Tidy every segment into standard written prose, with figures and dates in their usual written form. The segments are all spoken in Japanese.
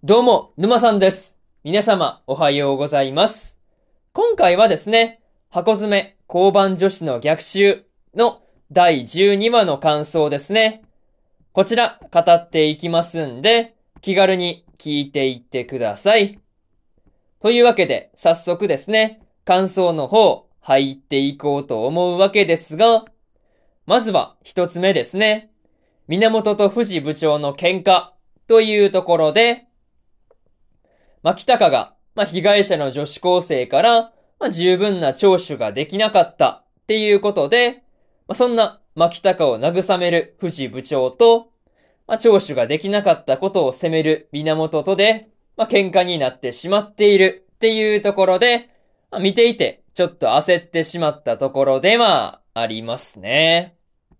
どうも、沼さんです。皆様、おはようございます。今回はですね、箱詰め交番女子の逆襲の第12話の感想ですね。こちら、語っていきますんで、気軽に聞いていってください。というわけで、早速ですね、感想の方、入っていこうと思うわけですが、まずは一つ目ですね。源と藤部長の喧嘩というところで、牧高が、被害者の女子高生から、十分な聴取ができなかったっていうことで、そんな牧高を慰める藤部長と、聴取ができなかったことを責める源とで、喧嘩になってしまっているっていうところで、見ていてちょっと焦ってしまったところではありますね。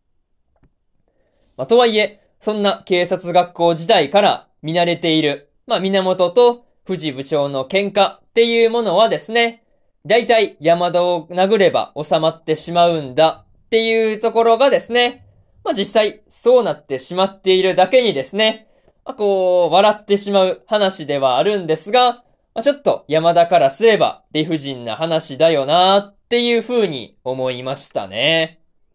とはいえ、そんな警察学校時代から見慣れている、源と藤部長の喧嘩っていうものはですね、だいたい山田を殴れば収まってしまうんだっていうところがですね、実際そうなってしまっているだけにですね、笑ってしまう話ではあるんですが、ちょっと山田からすれば理不尽な話だよなっていう風に思いましたね。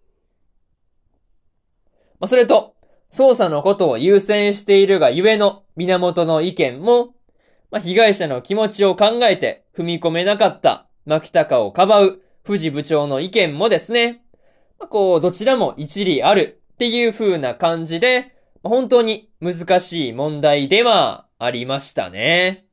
それと、捜査のことを優先しているがゆえの源の意見も、被害者の気持ちを考えて踏み込めなかった牧高をかばう藤部長の意見もですね、どちらも一理あるっていう風な感じで、本当に難しい問題ではありましたね。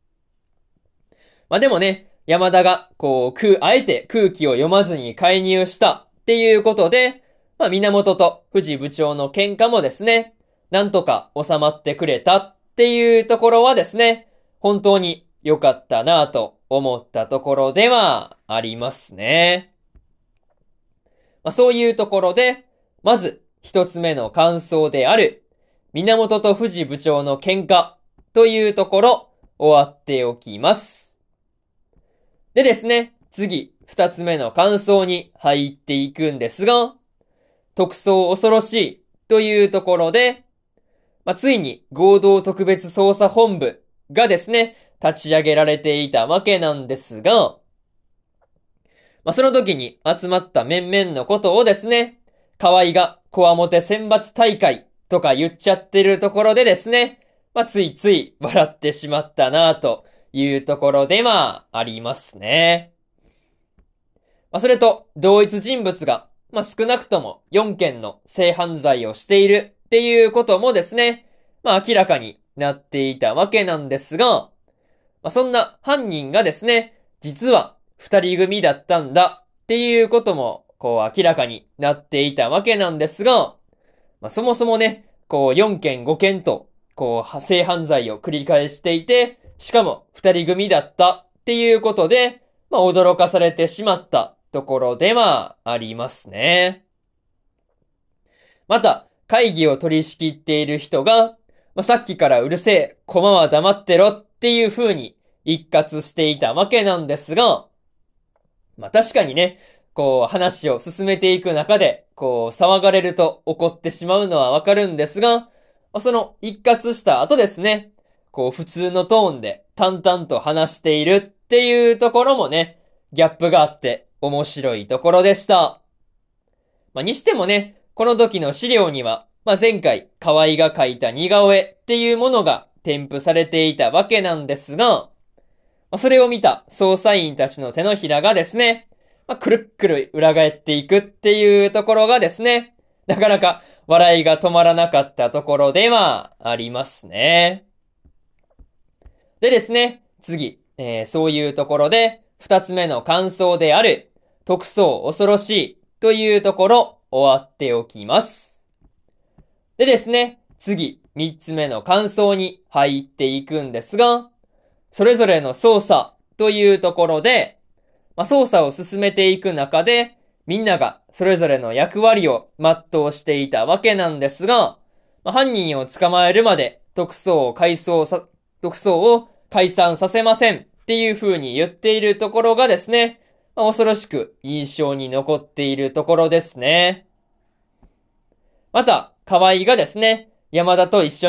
でもね、山田があえて空気を読まずに介入したっていうことで、源と藤部長の喧嘩もですね、なんとか収まってくれたっていうところはですね、本当に良かったなぁと思ったところではありますね。そういうところで、まず一つ目の感想である、源と藤部長の喧嘩というところ、終わっておきます。でですね、次、二つ目の感想に入っていくんですが、特捜恐ろしいというところで、ついに合同特別捜査本部がですね、立ち上げられていたわけなんですが、その時に集まった面々のことをですね、河合がコワモテ選抜大会とか言っちゃってるところでですね、ついつい笑ってしまったなというところではありますね。それと、同一人物が、少なくとも4件の性犯罪をしているっていうこともですね、明らかになっていたわけなんですが、そんな犯人がですね、実は二人組だったんだっていうことも、明らかになっていたわけなんですが、そもそもね、4件5件と、性犯罪を繰り返していて、しかも二人組だったっていうことで、驚かされてしまったところではありますね。また、会議を取り仕切っている人が、さっきからうるせえ、コマは黙ってろっていう風に一括していたわけなんですが、確かにね、話を進めていく中で、騒がれると怒ってしまうのはわかるんですが、その一括した後ですね、普通のトーンで淡々と話しているっていうところもね、ギャップがあって面白いところでした。にしてもね、この時の資料には、前回河合が描いた似顔絵っていうものが添付されていたわけなんですが、それを見た捜査員たちの手のひらがですね、くるっくる裏返っていくっていうところがですね、なかなか笑いが止まらなかったところではありますね。でですね、次、そういうところで、二つ目の感想である、特捜恐ろしいというところ、終わっておきます。でですね、次、三つ目の感想に入っていくんですが、それぞれの捜査というところで、捜査を進めていく中で、みんながそれぞれの役割を全うしていたわけなんですが、犯人を捕まえるまで特捜を解散させませんっていう風に言っているところがですね、恐ろしく印象に残っているところですね。また、河合がですね、山田と一緒に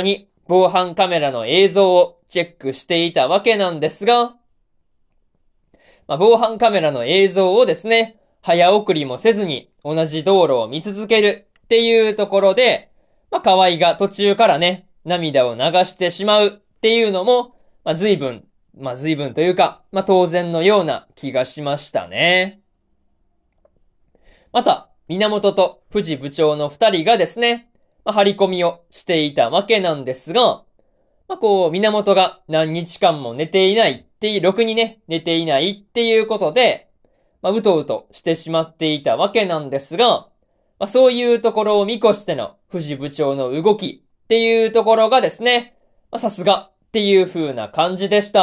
防犯カメラの映像をチェックしていたわけなんですが、防犯カメラの映像をですね、早送りもせずに同じ道路を見続けるっていうところで、河合が途中からね、涙を流してしまうっていうのも、随分というか、当然のような気がしましたね。また、源と藤部長の二人がですね、張り込みをしていたわけなんですが、源が何日間も寝ていないっていう、ろくにね、寝ていないっていうことで、うとうとしてしまっていたわけなんですが、そういうところを見越しての藤部長の動きっていうところがですね、さすがっていう風な感じでした。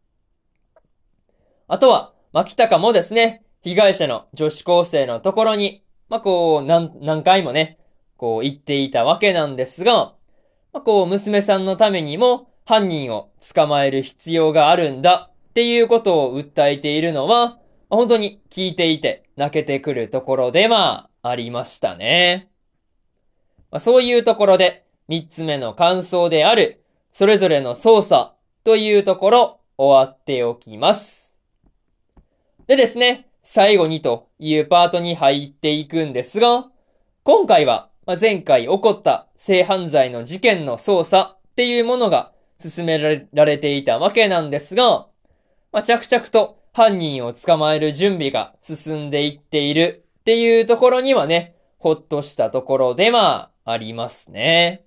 あとは、牧高もですね、被害者の女子高生のところに、何回もね、言っていたわけなんですが、娘さんのためにも犯人を捕まえる必要があるんだっていうことを訴えているのは、本当に聞いていて泣けてくるところでありましたね。そういうところで三つ目の感想である、それぞれの捜査というところ終わっておきます。でですね、最後にというパートに入っていくんですが、今回は前回起こった性犯罪の事件の捜査っていうものが進められていたわけなんですが、着々と犯人を捕まえる準備が進んでいっているっていうところにはね、ほっとしたところでありますね。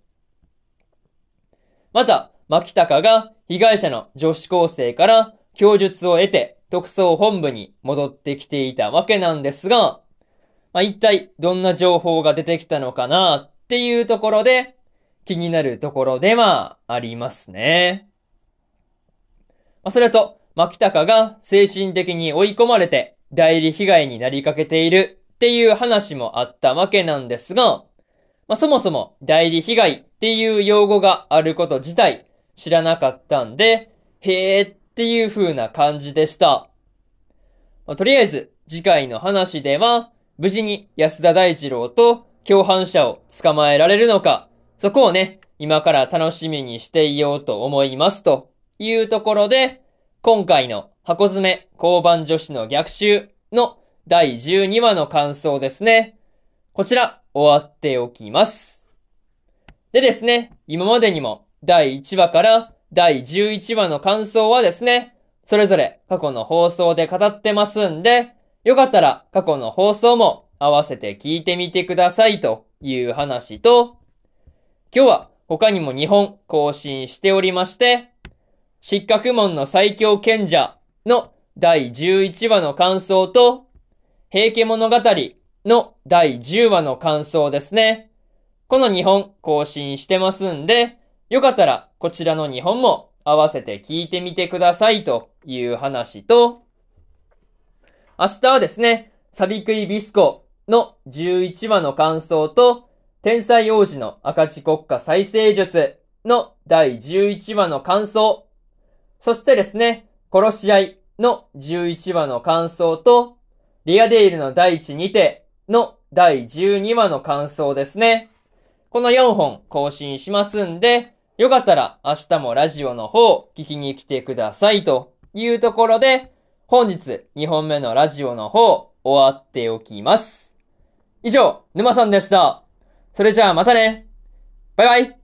また、牧高が被害者の女子高生から供述を得て特捜本部に戻ってきていたわけなんですが、一体どんな情報が出てきたのかなっていうところで気になるところでありますね。それと、牧高が精神的に追い込まれて代理被害になりかけているっていう話もあったわけなんですが、そもそも代理被害っていう用語があること自体知らなかったんで、へーっていう風な感じでした。とりあえず次回の話では、無事に安田大二郎と共犯者を捕まえられるのか、そこをね、今から楽しみにしていようと思いますというところで、今回の箱詰め交番女子の逆襲の第12話の感想ですね。こちら終わっておきます。でですね、今までにも第1話から第11話の感想はですね、それぞれ過去の放送で語ってますんで、よかったら過去の放送も合わせて聞いてみてくださいという話と、今日は他にも2本更新しておりまして、失格門の最強賢者の第11話の感想と、平家物語の第10話の感想ですね。この2本更新してますんで、よかったらこちらの2本も合わせて聞いてみてくださいという話と、明日はですね、サビクイビスコの11話の感想と、天才王子の赤字国家再生術の第11話の感想、そしてですね、殺し合いの11話の感想と、リアデイルの第一にての第12話の感想ですね。この4本更新しますんで、よかったら明日もラジオの方聞きに来てくださいというところで、本日2本目のラジオの方終わっておきます。以上、沼さんでした。それじゃあまたね。バイバイ。